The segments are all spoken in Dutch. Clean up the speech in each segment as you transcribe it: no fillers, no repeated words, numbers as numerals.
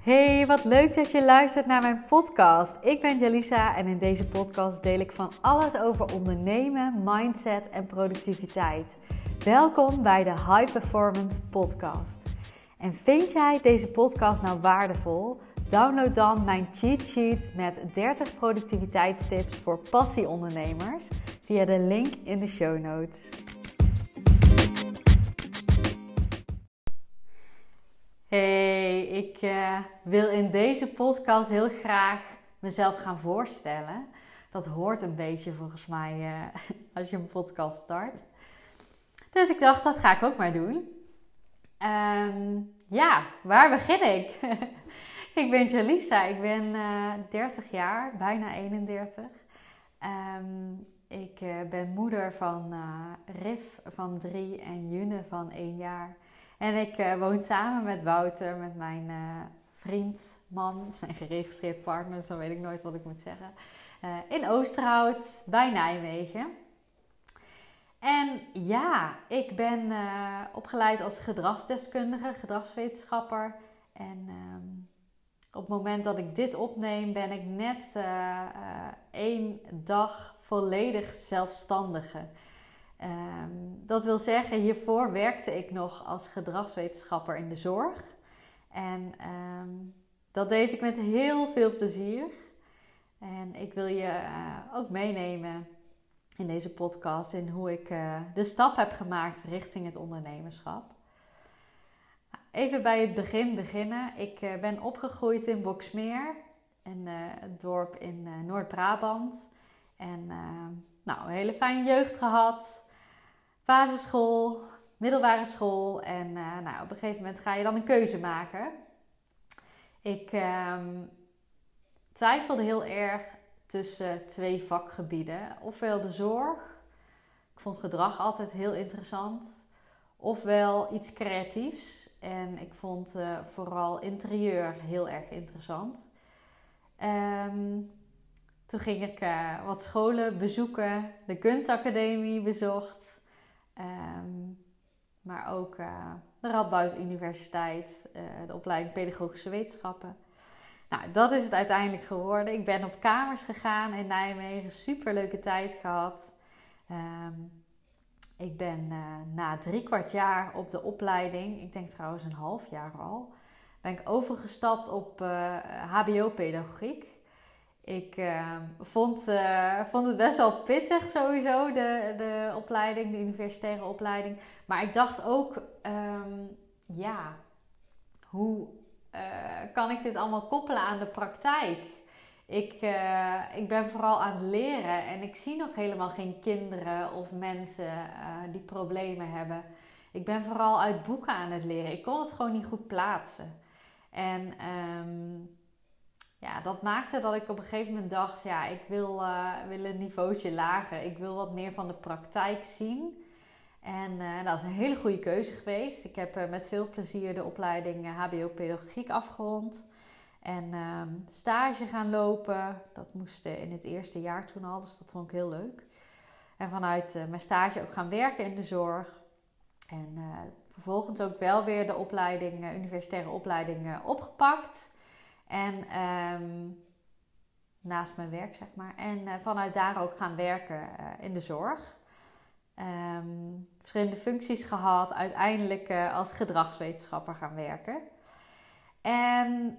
Hey, wat leuk dat je luistert naar mijn podcast. Ik ben Jalisa en in deze podcast deel ik van alles over ondernemen, mindset en productiviteit. Welkom bij de High Performance Podcast. En vind jij deze podcast nou waardevol? Download dan mijn cheat sheet met 30 productiviteitstips voor passieondernemers via de link in de show notes. Hey, ik wil in deze podcast heel graag mezelf gaan voorstellen. Dat hoort een beetje volgens mij als je een podcast start. Dus ik dacht, dat ga ik ook maar doen. Waar begin ik? Ik ben Jalisa, ik ben 30 jaar, bijna 31. Ik ben moeder van Riff van 3 en June van 1 jaar. En ik woon samen met Wouter, met mijn vriend, man, zijn geregistreerd partner, dus dan weet ik nooit wat ik moet zeggen. In Oosterhout, bij Nijmegen. En ja, ik ben opgeleid als gedragsdeskundige, gedragswetenschapper. En op het moment dat ik dit opneem, ben ik net 1 dag volledig zelfstandige. Dat wil zeggen, hiervoor werkte ik nog als gedragswetenschapper in de zorg. En dat deed ik met heel veel plezier. En ik wil je ook meenemen in deze podcast in hoe ik de stap heb gemaakt richting het ondernemerschap. Even bij het begin beginnen. Ik ben opgegroeid in Boxmeer, een dorp in Noord-Brabant. En een hele fijne jeugd gehad. Basisschool, middelbare school en op een gegeven moment ga je dan een keuze maken. Ik twijfelde heel erg tussen 2 vakgebieden. Ofwel de zorg, ik vond gedrag altijd heel interessant. Ofwel iets creatiefs en ik vond vooral interieur heel erg interessant. Toen ging ik wat scholen bezoeken, de kunstacademie bezocht. Maar ook de Radboud Universiteit, de opleiding Pedagogische Wetenschappen. Nou, dat is het uiteindelijk geworden. Ik ben op kamers gegaan in Nijmegen, superleuke tijd gehad. Ik ben na 3/4 jaar op de opleiding, ik denk trouwens een half jaar al, ben ik overgestapt op HBO-pedagogiek. Ik vond het best wel pittig sowieso, de opleiding, de universitaire opleiding. Maar ik dacht ook, hoe kan ik dit allemaal koppelen aan de praktijk? Ik ben vooral aan het leren en ik zie nog helemaal geen kinderen of mensen die problemen hebben. Ik ben vooral uit boeken aan het leren. Ik kon het gewoon niet goed plaatsen. En dat maakte dat ik op een gegeven moment dacht, ik wil een niveautje lager. Ik wil wat meer van de praktijk zien. En dat is een hele goede keuze geweest. Ik heb met veel plezier de opleiding HBO-pedagogiek afgerond. En stage gaan lopen. Dat moest in het eerste jaar toen al, dus dat vond ik heel leuk. En vanuit mijn stage ook gaan werken in de zorg. En vervolgens ook wel weer de opleiding, universitaire opleiding opgepakt. En naast mijn werk, zeg maar. En vanuit daar ook gaan werken in de zorg. Verschillende functies gehad. Uiteindelijk als gedragswetenschapper gaan werken. En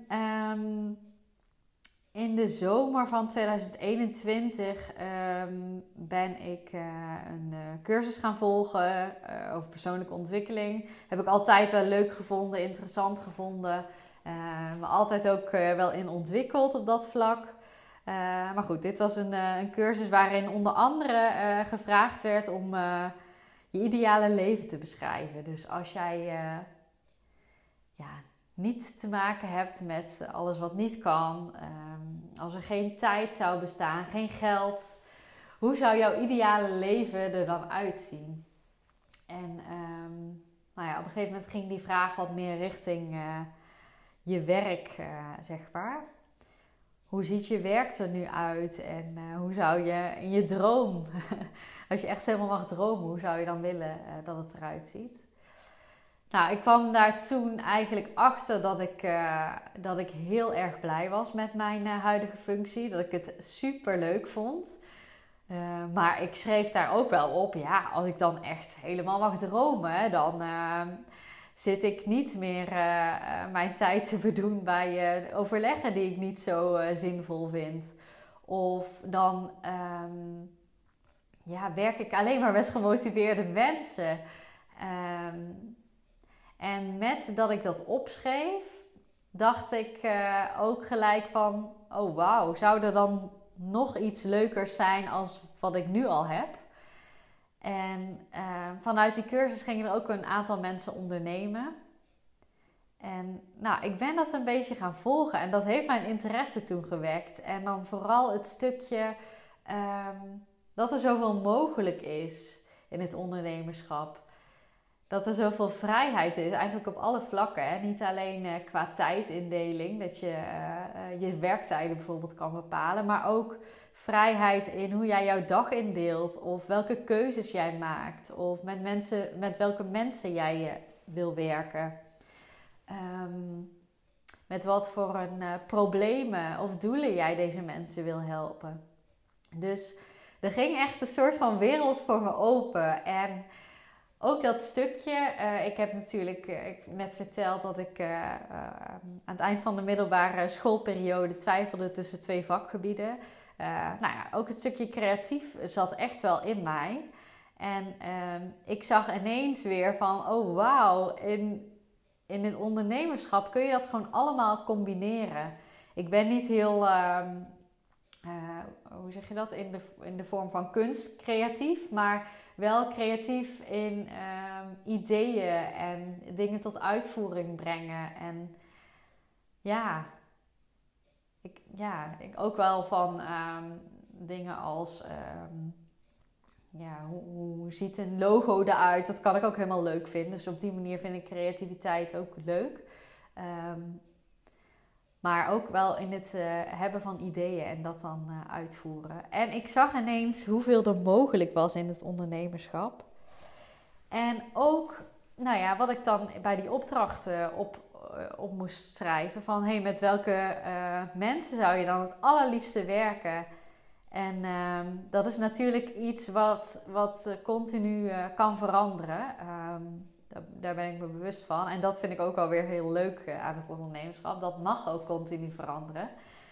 in de zomer van 2021 ben ik een cursus gaan volgen over persoonlijke ontwikkeling. Heb ik altijd wel leuk gevonden, interessant gevonden. Me altijd ook wel in ontwikkeld op dat vlak. Maar goed, dit was een cursus waarin onder andere gevraagd werd om je ideale leven te beschrijven. Dus als jij niet te maken hebt met alles wat niet kan, als er geen tijd zou bestaan, geen geld, hoe zou jouw ideale leven er dan uitzien? En op een gegeven moment ging die vraag wat meer richting je werk, zeg maar. Hoe ziet je werk er nu uit? En hoe zou je in je droom, als je echt helemaal mag dromen, hoe zou je dan willen dat het eruit ziet? Nou, ik kwam daar toen eigenlijk achter dat ik heel erg blij was met mijn huidige functie. Dat ik het super leuk vond. Maar ik schreef daar ook wel op, ja, als ik dan echt helemaal mag dromen, dan zit ik niet meer mijn tijd te verdoen bij overleggen die ik niet zo zinvol vind. Of dan werk ik alleen maar met gemotiveerde mensen. En met dat ik dat opschreef, dacht ik ook gelijk van, oh wauw, zou er dan nog iets leukers zijn als wat ik nu al heb? En vanuit die cursus gingen er ook een aantal mensen ondernemen. En nou, ik ben dat een beetje gaan volgen en dat heeft mijn interesse toen gewekt. En dan vooral het stukje dat er zoveel mogelijk is in het ondernemerschap. Dat er zoveel vrijheid is, eigenlijk op alle vlakken. Hè? Niet alleen qua tijdindeling, dat je je werktijden bijvoorbeeld kan bepalen. Maar ook vrijheid in hoe jij jouw dag indeelt. Of welke keuzes jij maakt. Of met welke mensen jij wil werken. Met wat voor problemen of doelen jij deze mensen wil helpen. Dus er ging echt een soort van wereld voor me open. En ook dat stukje, ik heb natuurlijk net verteld dat ik aan het eind van de middelbare schoolperiode twijfelde tussen 2 vakgebieden. Ook het stukje creatief zat echt wel in mij. En ik zag ineens weer van, oh wauw, in het ondernemerschap kun je dat gewoon allemaal combineren. Ik ben niet heel, hoe zeg je dat, in de vorm van kunst creatief, maar wel creatief in ideeën en dingen tot uitvoering brengen. En ik ook wel van dingen als hoe ziet een logo eruit? Dat kan ik ook helemaal leuk vinden. Dus op die manier vind ik creativiteit ook leuk. Maar ook wel in het hebben van ideeën en dat dan uitvoeren. En ik zag ineens hoeveel er mogelijk was in het ondernemerschap. En ook, wat ik dan bij die opdrachten op moest schrijven. Van, met welke mensen zou je dan het allerliefste werken? En dat is natuurlijk iets wat continu kan veranderen. Daar ben ik me bewust van. En dat vind ik ook alweer heel leuk aan het ondernemerschap. Dat mag ook continu veranderen.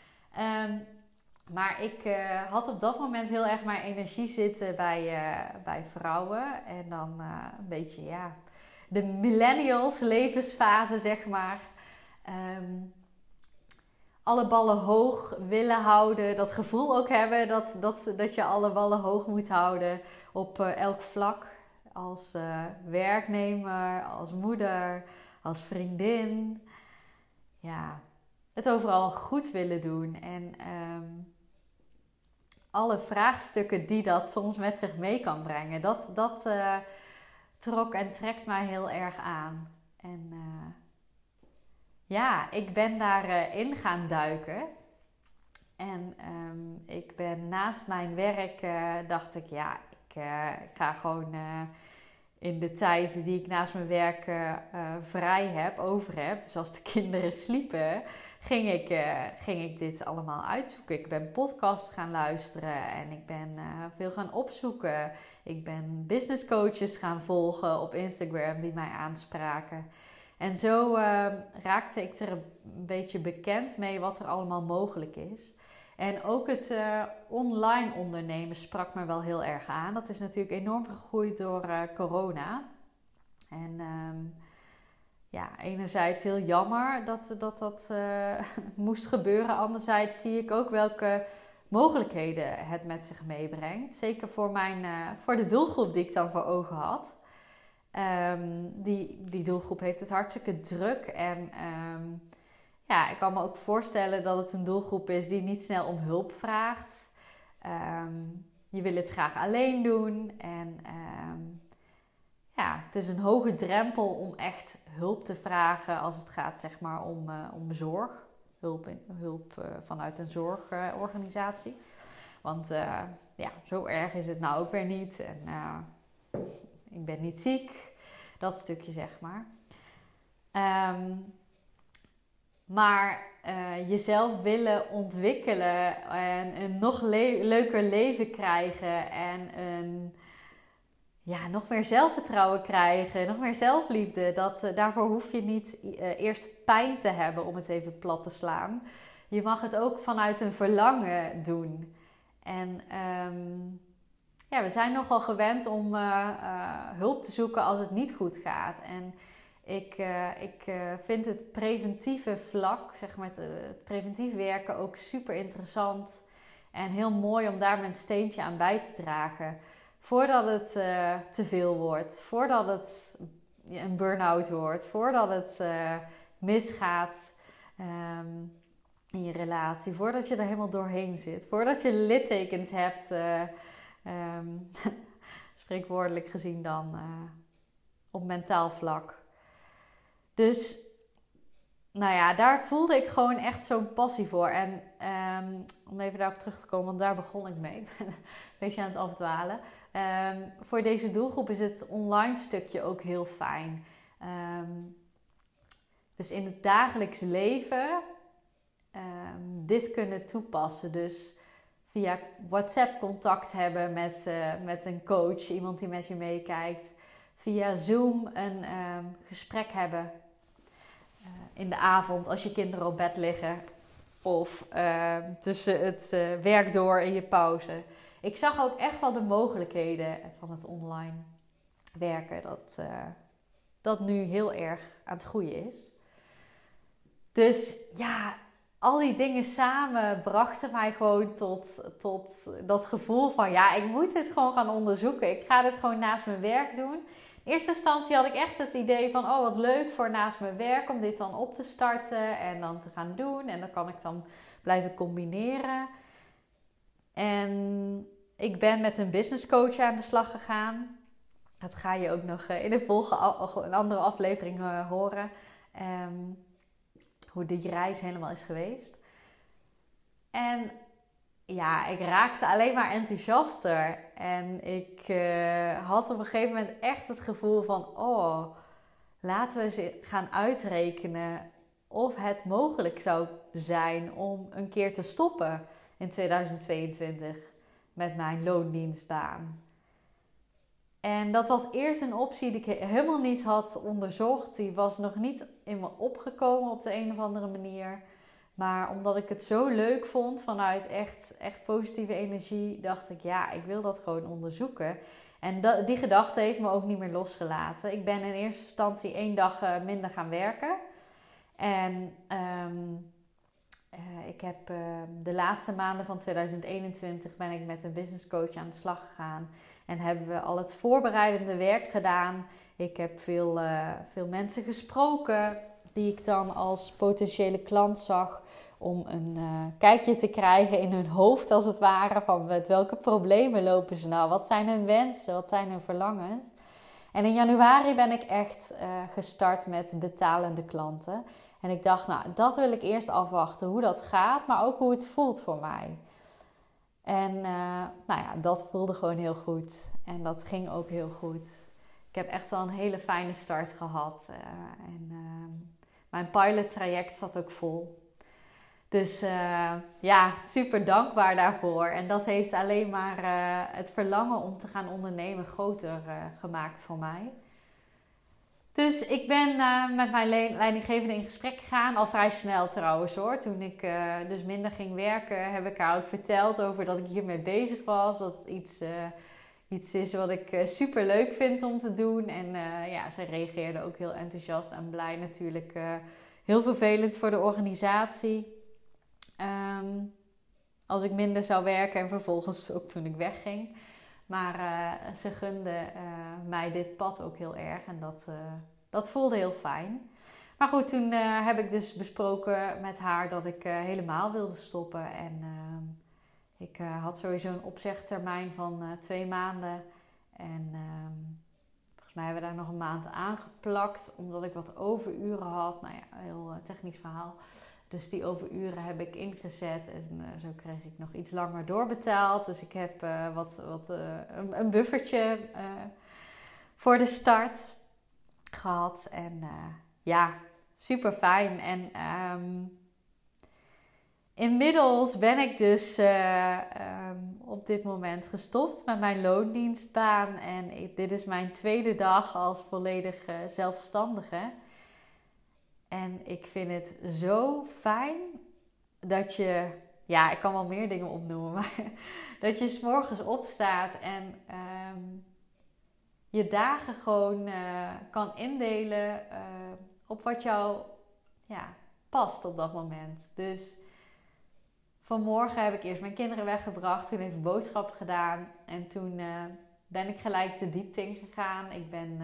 Maar ik had op dat moment heel erg mijn energie zitten bij vrouwen. En dan een beetje, de millennials levensfase, zeg maar. Alle ballen hoog willen houden. Dat gevoel ook hebben dat je alle ballen hoog moet houden op elk vlak. Als werknemer, als moeder, als vriendin. Ja, het overal goed willen doen. En alle vraagstukken die dat soms met zich mee kan brengen. Dat trok en trekt mij heel erg aan. En ik ben daarin gaan duiken. En ik ben naast mijn werk, dacht ik, ik ga gewoon in de tijd die ik naast mijn werk over heb. Dus als de kinderen sliepen, ging ik dit allemaal uitzoeken. Ik ben podcasts gaan luisteren en ik ben veel gaan opzoeken. Ik ben business coaches gaan volgen op Instagram die mij aanspraken. En zo raakte ik er een beetje bekend mee wat er allemaal mogelijk is. En ook het online ondernemen sprak me wel heel erg aan. Dat is natuurlijk enorm gegroeid door corona. En enerzijds heel jammer dat moest gebeuren. Anderzijds zie ik ook welke mogelijkheden het met zich meebrengt. Zeker voor de doelgroep die ik dan voor ogen had. Die doelgroep heeft het hartstikke druk. En ik kan me ook voorstellen dat het een doelgroep is die niet snel om hulp vraagt. Je wil het graag alleen doen. En het is een hoge drempel om echt hulp te vragen als het gaat, zeg maar, om zorg. Hulp vanuit een zorgorganisatie. Want zo erg is het nou ook weer niet. En ik ben niet ziek. Dat stukje, zeg maar. Maar jezelf willen ontwikkelen en een nog leuker leven krijgen en nog meer zelfvertrouwen krijgen, nog meer zelfliefde. Daarvoor hoef je niet eerst pijn te hebben, om het even plat te slaan. Je mag het ook vanuit een verlangen doen. En we zijn nogal gewend om hulp te zoeken als het niet goed gaat. En ik vind het preventieve vlak, zeg maar het preventief werken, ook super interessant. En heel mooi om daar mijn steentje aan bij te dragen. Voordat het te veel wordt. Voordat het een burn-out wordt. Voordat het misgaat in je relatie. Voordat je er helemaal doorheen zit. Voordat je littekens hebt. Spreekwoordelijk gezien dan. Op mentaal vlak. Dus daar voelde ik gewoon echt zo'n passie voor. En om even daarop terug te komen, want daar begon ik mee. Een beetje aan het afdwalen. Voor deze doelgroep is het online stukje ook heel fijn. Dus in het dagelijks leven dit kunnen toepassen. Dus via WhatsApp contact hebben met een coach, iemand die met je meekijkt. Via Zoom een gesprek hebben in de avond als je kinderen op bed liggen. Of tussen het werk door in je pauze. Ik zag ook echt wel de mogelijkheden van het online werken. Dat nu heel erg aan het groeien is. Dus al die dingen samen brachten mij gewoon tot dat gevoel van... ik moet dit gewoon gaan onderzoeken. Ik ga dit gewoon naast mijn werk doen. In eerste instantie had ik echt het idee van... wat leuk voor naast mijn werk om dit dan op te starten en dan te gaan doen. En dan kan ik dan blijven combineren. En ik ben met een business coach aan de slag gegaan. Dat ga je ook nog in een andere aflevering horen. Hoe die reis helemaal is geweest. En ik raakte alleen maar enthousiaster. En ik had op een gegeven moment echt het gevoel van... laten we eens gaan uitrekenen of het mogelijk zou zijn om een keer te stoppen in 2022 met mijn loondienstbaan. En dat was eerst een optie die ik helemaal niet had onderzocht. Die was nog niet in me opgekomen op de een of andere manier. Maar omdat ik het zo leuk vond vanuit echt positieve energie, dacht ik, ik wil dat gewoon onderzoeken. En die gedachte heeft me ook niet meer losgelaten. Ik ben in eerste instantie 1 dag minder gaan werken. En ik heb de laatste maanden van 2021 ben ik met een business coach aan de slag gegaan. En hebben we al het voorbereidende werk gedaan. Ik heb veel mensen gesproken die ik dan als potentiële klant zag. Om een kijkje te krijgen in hun hoofd als het ware. Van met welke problemen lopen ze nou? Wat zijn hun wensen? Wat zijn hun verlangens? En in januari ben ik echt gestart met betalende klanten. En ik dacht, dat wil ik eerst afwachten hoe dat gaat. Maar ook hoe het voelt voor mij. En dat voelde gewoon heel goed. En dat ging ook heel goed. Ik heb echt wel een hele fijne start gehad. Mijn pilot traject zat ook vol. Dus super dankbaar daarvoor. En dat heeft alleen maar het verlangen om te gaan ondernemen groter gemaakt voor mij. Dus ik ben met mijn leidinggevende in gesprek gegaan. Al vrij snel trouwens hoor. Toen ik dus minder ging werken, heb ik haar ook verteld over dat ik hiermee bezig was. Dat het iets is wat ik super leuk vind om te doen. En zij reageerde ook heel enthousiast en blij natuurlijk. Heel vervelend voor de organisatie. Als ik minder zou werken en vervolgens ook toen ik wegging. Maar ze gunde mij dit pad ook heel erg en dat voelde heel fijn. Maar goed, toen heb ik dus besproken met haar dat ik helemaal wilde stoppen. En ik had sowieso een opzegtermijn van 2 maanden. En volgens mij hebben we daar nog een maand aan geplakt, omdat ik wat overuren had. Heel technisch verhaal. Dus die overuren heb ik ingezet en zo kreeg ik nog iets langer doorbetaald. Dus ik heb een buffertje voor de start gehad. En ja, super fijn. En inmiddels ben ik dus op dit moment gestopt met mijn loondienstbaan. En dit is mijn tweede dag als volledig zelfstandige. En ik vind het zo fijn dat je... Ja, ik kan wel meer dingen opnoemen. Maar dat je 's morgens opstaat en je dagen gewoon kan indelen op wat jou past op dat moment. Dus vanmorgen heb ik eerst mijn kinderen weggebracht. Toen even boodschappen gedaan. En toen ben ik gelijk de diepte ingegaan. Ik ben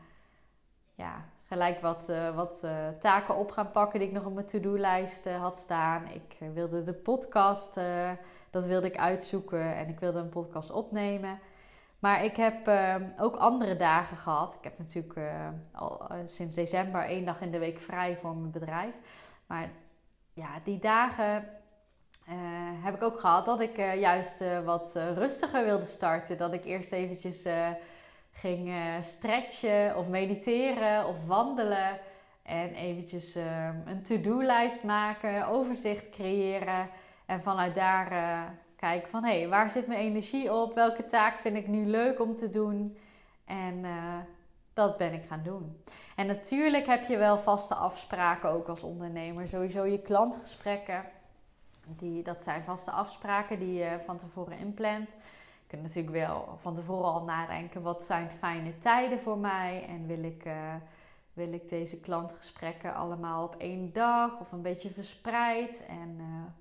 gelijk wat taken op gaan pakken die ik nog op mijn to-do-lijst had staan. Ik wilde de podcast, dat wilde ik uitzoeken. En ik wilde een podcast opnemen. Maar ik heb ook andere dagen gehad. Ik heb natuurlijk al sinds december 1 dag in de week vrij voor mijn bedrijf. Maar ja, die dagen heb ik ook gehad dat ik juist wat rustiger wilde starten. Dat ik eerst eventjes ging stretchen of mediteren of wandelen. En eventjes een to-do-lijst maken, overzicht creëren. En vanuit daar kijken van, hé, waar zit mijn energie op? Welke taak vind ik nu leuk om te doen? En dat ben ik gaan doen. En natuurlijk heb je wel vaste afspraken ook als ondernemer. Sowieso je klantgesprekken. Dat zijn vaste afspraken die je van tevoren inplant. Je kunt natuurlijk wel van tevoren al nadenken. Wat zijn fijne tijden voor mij? En wil ik deze klantgesprekken allemaal op 1 dag? Of een beetje verspreid? En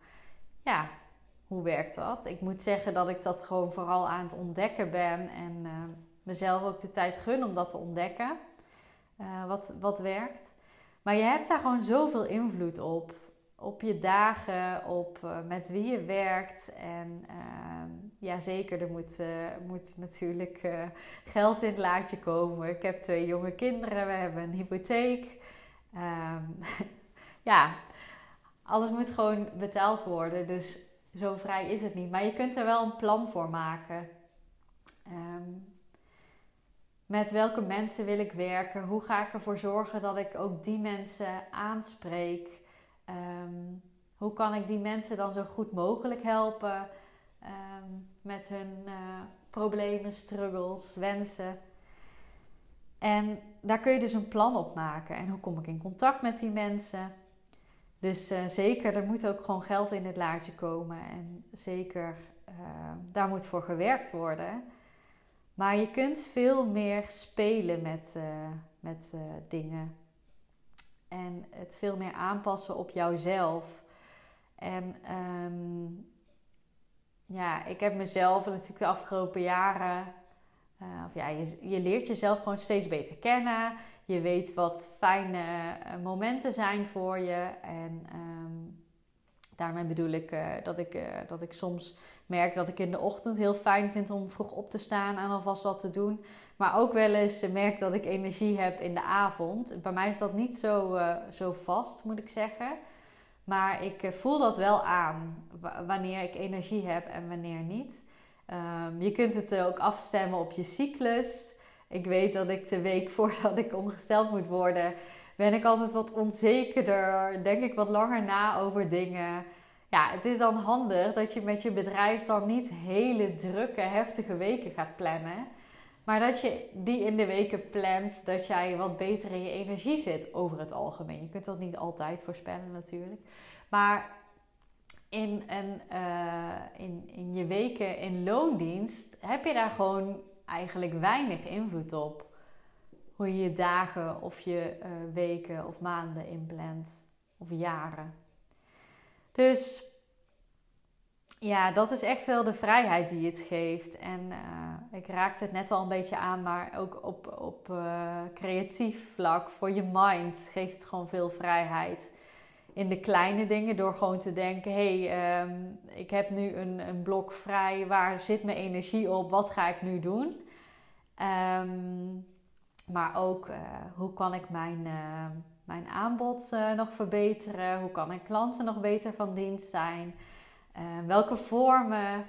hoe werkt dat? Ik moet zeggen dat ik dat gewoon vooral aan het ontdekken ben. En mezelf ook de tijd gun om dat te ontdekken. Wat werkt. Maar je hebt daar gewoon zoveel invloed op. Op je dagen, op met wie je werkt. En zeker, er moet natuurlijk geld in het laadje komen. Ik heb 2 jonge kinderen, we hebben een hypotheek. Alles moet gewoon betaald worden. Dus zo vrij is het niet. Maar je kunt er wel een plan voor maken. Met welke mensen wil ik werken? Hoe ga ik ervoor zorgen dat ik ook die mensen aanspreek? Hoe kan ik die mensen dan zo goed mogelijk helpen met hun problemen, struggles, wensen? En daar kun je dus een plan op maken. En hoe kom ik in contact met die mensen? Dus zeker, er moet ook gewoon geld in het laadje komen. En zeker, daar moet voor gewerkt worden. Maar je kunt veel meer spelen met dingen. En het veel meer aanpassen op jouzelf. En ik heb mezelf natuurlijk de afgelopen jaren... je leert jezelf gewoon steeds beter kennen. Je weet wat fijne momenten zijn voor je. En daarmee bedoel ik dat ik soms merk dat ik in de ochtend heel fijn vind om vroeg op te staan en alvast wat te doen. Maar ook wel eens merk dat ik energie heb in de avond. Bij mij is dat niet zo vast, moet ik zeggen. Maar ik voel dat wel aan wanneer ik energie heb en wanneer niet. Je kunt het ook afstemmen op je cyclus. Ik weet dat ik de week voordat ik ongesteld moet worden, ben ik altijd wat onzekerder. Denk ik wat langer na over dingen. Ja, het is dan handig dat je met je bedrijf dan niet hele drukke, heftige weken gaat plannen. Maar dat je die in de weken plant, dat jij wat beter in je energie zit over het algemeen. Je kunt dat niet altijd voorspellen natuurlijk. Maar in je weken in loondienst heb je daar gewoon eigenlijk weinig invloed op. Hoe je je dagen of je weken of maanden inplant. Of jaren. Dus ja, dat is echt wel de vrijheid die het geeft. En ik raakte het net al een beetje aan, maar ook op creatief vlak voor je mind geeft het gewoon veel vrijheid. In de kleine dingen, door gewoon te denken, ik heb nu een blok vrij, waar zit mijn energie op, wat ga ik nu doen? Maar ook, hoe kan ik mijn aanbod nog verbeteren? Hoe kan mijn klanten nog beter van dienst zijn? Welke vormen?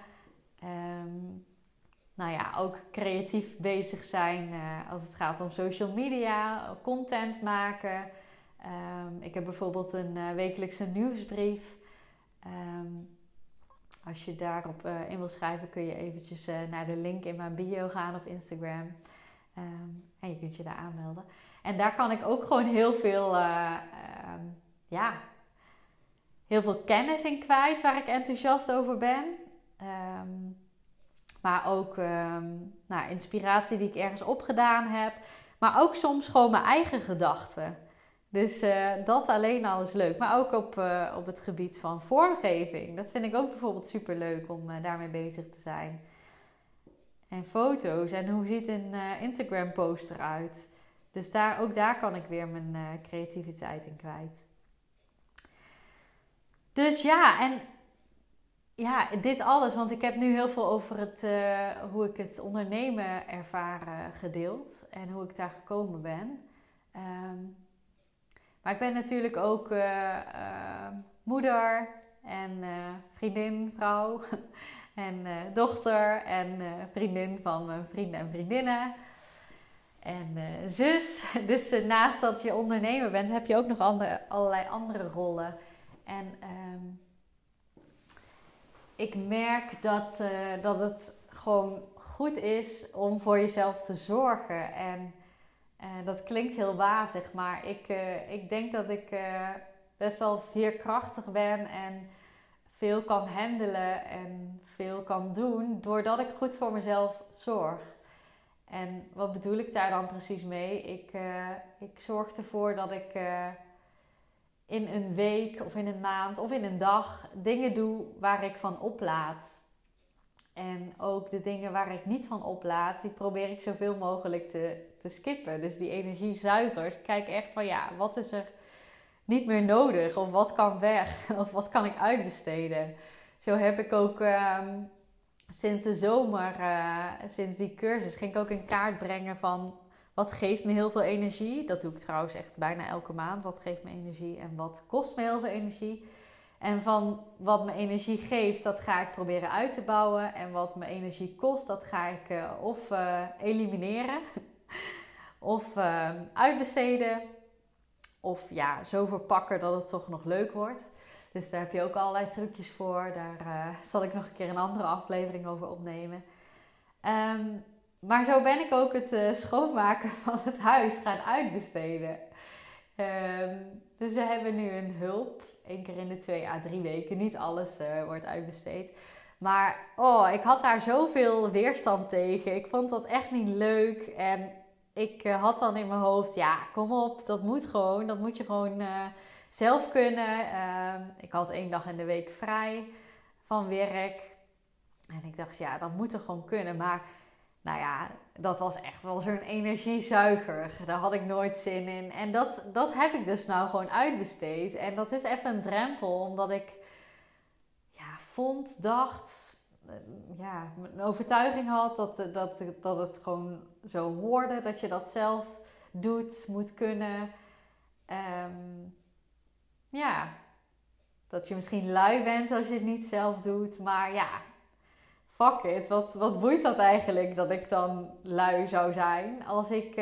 Ook creatief bezig zijn als het gaat om social media, content maken. Ik heb bijvoorbeeld een wekelijkse nieuwsbrief. Als je daarop in wil schrijven, kun je eventjes naar de link in mijn bio gaan op Instagram. En je kunt je daar aanmelden. En daar kan ik ook gewoon heel veel kennis in kwijt waar ik enthousiast over ben. Maar ook inspiratie die ik ergens opgedaan heb. Maar ook soms gewoon mijn eigen gedachten. Dus dat alleen al is leuk. Maar ook op het gebied van vormgeving. Dat vind ik ook bijvoorbeeld super leuk om daarmee bezig te zijn. En foto's. En hoe ziet een Instagram post eruit? Dus ook daar kan ik weer mijn creativiteit in kwijt. Dus dit alles. Want ik heb nu heel veel over hoe ik het ondernemen ervaren gedeeld. En hoe ik daar gekomen ben. Maar ik ben natuurlijk ook moeder en vriendin, vrouw en dochter en vriendin van mijn vrienden en vriendinnen en zus. Dus naast dat je ondernemer bent, heb je ook nog allerlei andere rollen. En ik merk dat het gewoon goed is om voor jezelf te zorgen. En dat klinkt heel wazig, maar ik denk dat ik best wel veerkrachtig ben en veel kan handelen en veel kan doen doordat ik goed voor mezelf zorg. En wat bedoel ik daar dan precies mee? Ik zorg ervoor dat ik in een week of in een maand of in een dag dingen doe waar ik van oplaad. En ook de dingen waar ik niet van oplaad, die probeer ik zoveel mogelijk te skippen. Dus die energiezuigers, kijk echt van wat is er niet meer nodig? Of wat kan weg? Of wat kan ik uitbesteden? Zo heb ik ook sinds de zomer, sinds die cursus, ging ik ook in kaart brengen van wat geeft me heel veel energie. Dat doe ik trouwens echt bijna elke maand. Wat geeft me energie en wat kost me heel veel energie? En van wat me energie geeft, dat ga ik proberen uit te bouwen. En wat me energie kost, dat ga ik of elimineren. Of uitbesteden. Of zo verpakken dat het toch nog leuk wordt. Dus daar heb je ook allerlei trucjes voor. Daar zal ik nog een keer een andere aflevering over opnemen. Maar zo ben ik ook het schoonmaken van het huis gaan uitbesteden. Dus we hebben nu een hulp. 1 keer in de 2 à 3 weken. Niet alles wordt uitbesteed. Maar ik had daar zoveel weerstand tegen. Ik vond dat echt niet leuk. En ik had dan in mijn hoofd, kom op, dat moet gewoon. Dat moet je gewoon zelf kunnen. Ik had 1 dag in de week vrij van werk. En ik dacht, dat moet er gewoon kunnen. Maar dat was echt wel zo'n energiezuiger. Daar had ik nooit zin in. En dat heb ik dus nou gewoon uitbesteed. En dat is even een drempel, omdat ik dacht, een overtuiging had dat het gewoon zo hoorde. Dat je dat zelf doet, moet kunnen. Dat je misschien lui bent als je het niet zelf doet. Maar fuck it, wat boeit dat eigenlijk dat ik dan lui zou zijn als ik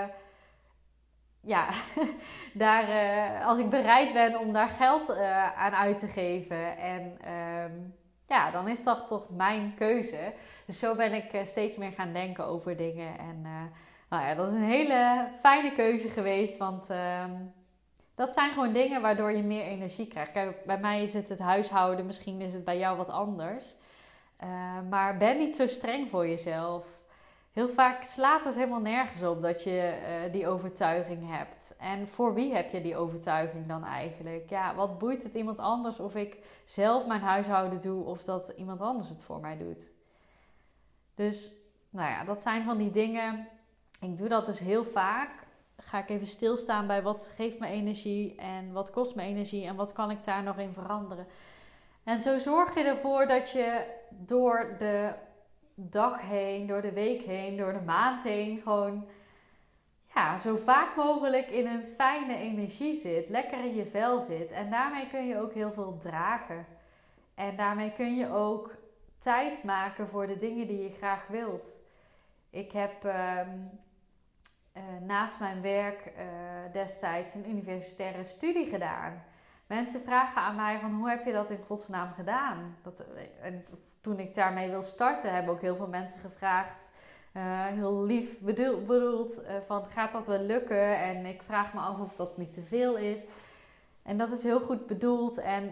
als ik bereid ben om daar geld aan uit te geven. En dan is dat toch mijn keuze. Dus zo ben ik steeds meer gaan denken over dingen. En dat is een hele fijne keuze geweest, want dat zijn gewoon dingen waardoor je meer energie krijgt. Kijk, bij mij is het huishouden, misschien is het bij jou wat anders. Maar ben niet zo streng voor jezelf. Heel vaak slaat het helemaal nergens op dat je die overtuiging hebt. En voor wie heb je die overtuiging dan eigenlijk? Wat boeit het iemand anders of ik zelf mijn huishouden doe of dat iemand anders het voor mij doet? Dus, dat zijn van die dingen. Ik doe dat dus heel vaak. Ga ik even stilstaan bij wat geeft me energie en wat kost me energie en wat kan ik daar nog in veranderen. En zo zorg je ervoor dat je door de dag heen, door de week heen, door de maand heen gewoon zo vaak mogelijk in een fijne energie zit. Lekker in je vel zit. En daarmee kun je ook heel veel dragen. En daarmee kun je ook tijd maken voor de dingen die je graag wilt. Ik heb naast mijn werk destijds een universitaire studie gedaan. Mensen vragen aan mij van hoe heb je dat in godsnaam gedaan? En toen ik daarmee wil starten hebben ook heel veel mensen gevraagd. Heel lief bedoeld van gaat dat wel lukken? En ik vraag me af of dat niet te veel is. En dat is heel goed bedoeld. En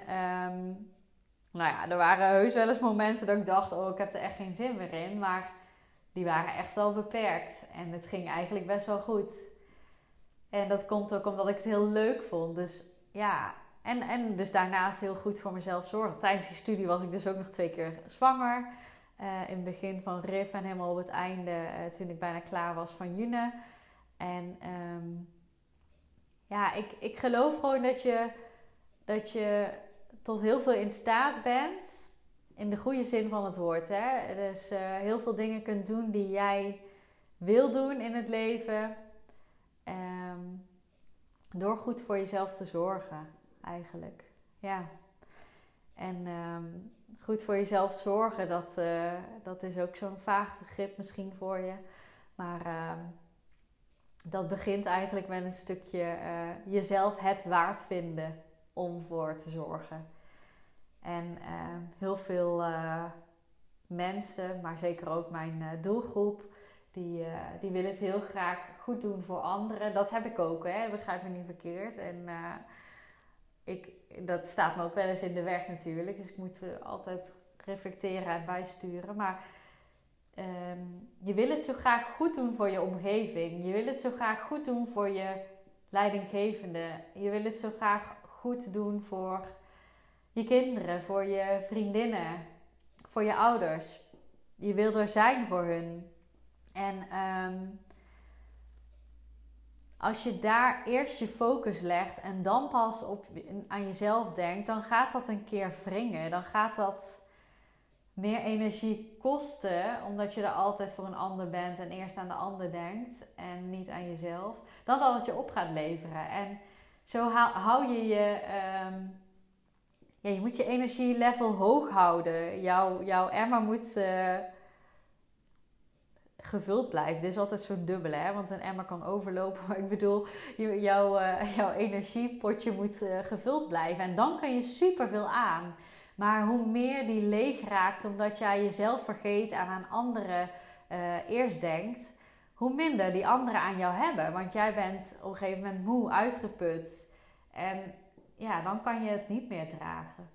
er waren heus wel eens momenten dat ik dacht, ik heb er echt geen zin meer in. Maar die waren echt wel beperkt. En het ging eigenlijk best wel goed. En dat komt ook omdat ik het heel leuk vond. Dus ja, en dus daarnaast heel goed voor mezelf zorgen. Tijdens die studie was ik dus ook nog 2 keer zwanger. In het begin van RIF en helemaal op het einde toen ik bijna klaar was van June. En ik geloof gewoon dat je tot heel veel in staat bent. In de goede zin van het woord. Hè? Dus heel veel dingen kunt doen die jij wil doen in het leven. Door goed voor jezelf te zorgen, eigenlijk. Ja. En goed voor jezelf zorgen, dat is ook zo'n vaag begrip misschien voor je. Maar dat begint eigenlijk met een stukje jezelf het waard vinden om voor te zorgen. En heel veel mensen, maar zeker ook mijn doelgroep, die willen het heel graag goed doen voor anderen. Dat heb ik ook, hè? Begrijp me niet verkeerd. En dat staat me ook wel eens in de weg natuurlijk. Dus ik moet altijd reflecteren en bijsturen. Maar je wil het zo graag goed doen voor je omgeving. Je wil het zo graag goed doen voor je leidinggevende. Je wil het zo graag goed doen voor je kinderen, voor je vriendinnen, voor je ouders. Je wil er zijn voor hun. En als je daar eerst je focus legt en dan pas aan jezelf denkt, dan gaat dat een keer wringen. Dan gaat dat meer energie kosten, omdat je er altijd voor een ander bent en eerst aan de ander denkt en niet aan jezelf, dan dat het je op gaat leveren. En zo hou je je moet je energielevel hoog houden. Jouw emmer moet gevuld blijven. Dit is altijd zo'n dubbele, hè? Want een emmer kan overlopen. Maar ik bedoel, jouw energiepotje moet gevuld blijven. En dan kan je superveel aan. Maar hoe meer die leeg raakt, omdat jij jezelf vergeet en aan anderen eerst denkt, hoe minder die anderen aan jou hebben. Want jij bent op een gegeven moment moe, uitgeput. En ja, dan kan je het niet meer dragen.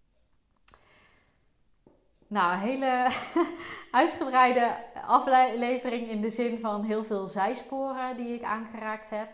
Nou, een hele uitgebreide aflevering in de zin van heel veel zijsporen die ik aangeraakt heb.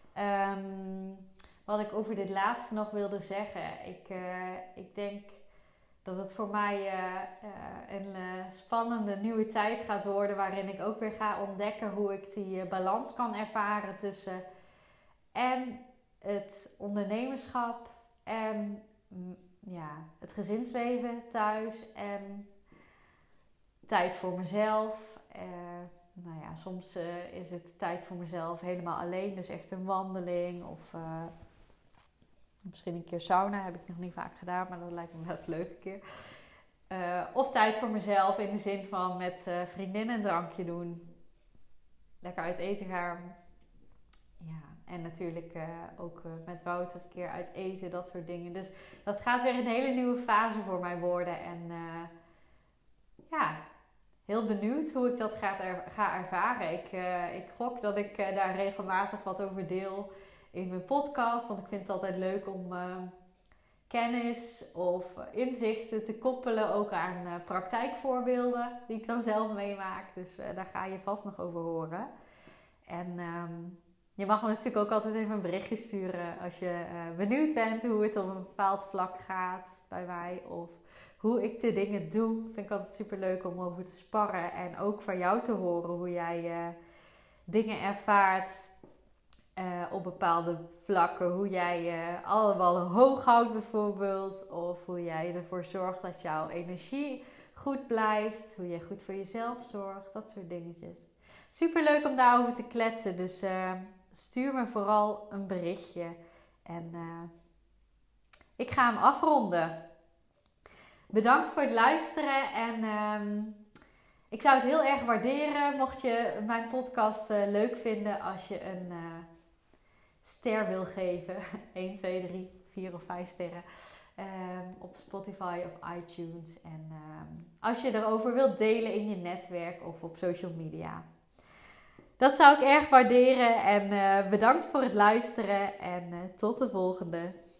Wat ik over dit laatste nog wilde zeggen. Ik denk dat het voor mij een spannende nieuwe tijd gaat worden, waarin ik ook weer ga ontdekken hoe ik die balans kan ervaren tussen en het ondernemerschap en het gezinsleven thuis en tijd voor mezelf. Soms is het tijd voor mezelf helemaal alleen, dus echt een wandeling of misschien een keer sauna, heb ik nog niet vaak gedaan, maar dat lijkt me best leuk een keer. Of tijd voor mezelf in de zin van met vriendinnen een drankje doen, lekker uit eten gaan. Ja, en natuurlijk ook met Wouter een keer uit eten, dat soort dingen. Dus dat gaat weer een hele nieuwe fase voor mij worden. En heel benieuwd hoe ik dat ga ervaren. Ik gok dat ik daar regelmatig wat over deel in mijn podcast. Want ik vind het altijd leuk om kennis of inzichten te koppelen ook aan praktijkvoorbeelden die ik dan zelf meemaak. Dus daar ga je vast nog over horen. En je mag me natuurlijk ook altijd even een berichtje sturen als je benieuwd bent hoe het op een bepaald vlak gaat bij mij. Of hoe ik de dingen doe. Vind ik altijd super leuk om over te sparren. En ook van jou te horen hoe jij dingen ervaart op bepaalde vlakken. Hoe jij alle ballen hoog houdt bijvoorbeeld. Of hoe jij ervoor zorgt dat jouw energie goed blijft. Hoe je goed voor jezelf zorgt. Dat soort dingetjes. Super leuk om daarover te kletsen. Dus stuur me vooral een berichtje. En ik ga hem afronden. Bedankt voor het luisteren. En Ik zou het heel erg waarderen mocht je mijn podcast leuk vinden als je een ster wil geven. 1, 2, 3, 4 of 5 sterren. Op Spotify of iTunes. En als je erover wilt delen in je netwerk of op social media. Dat zou ik erg waarderen. En bedankt voor het luisteren. En tot de volgende.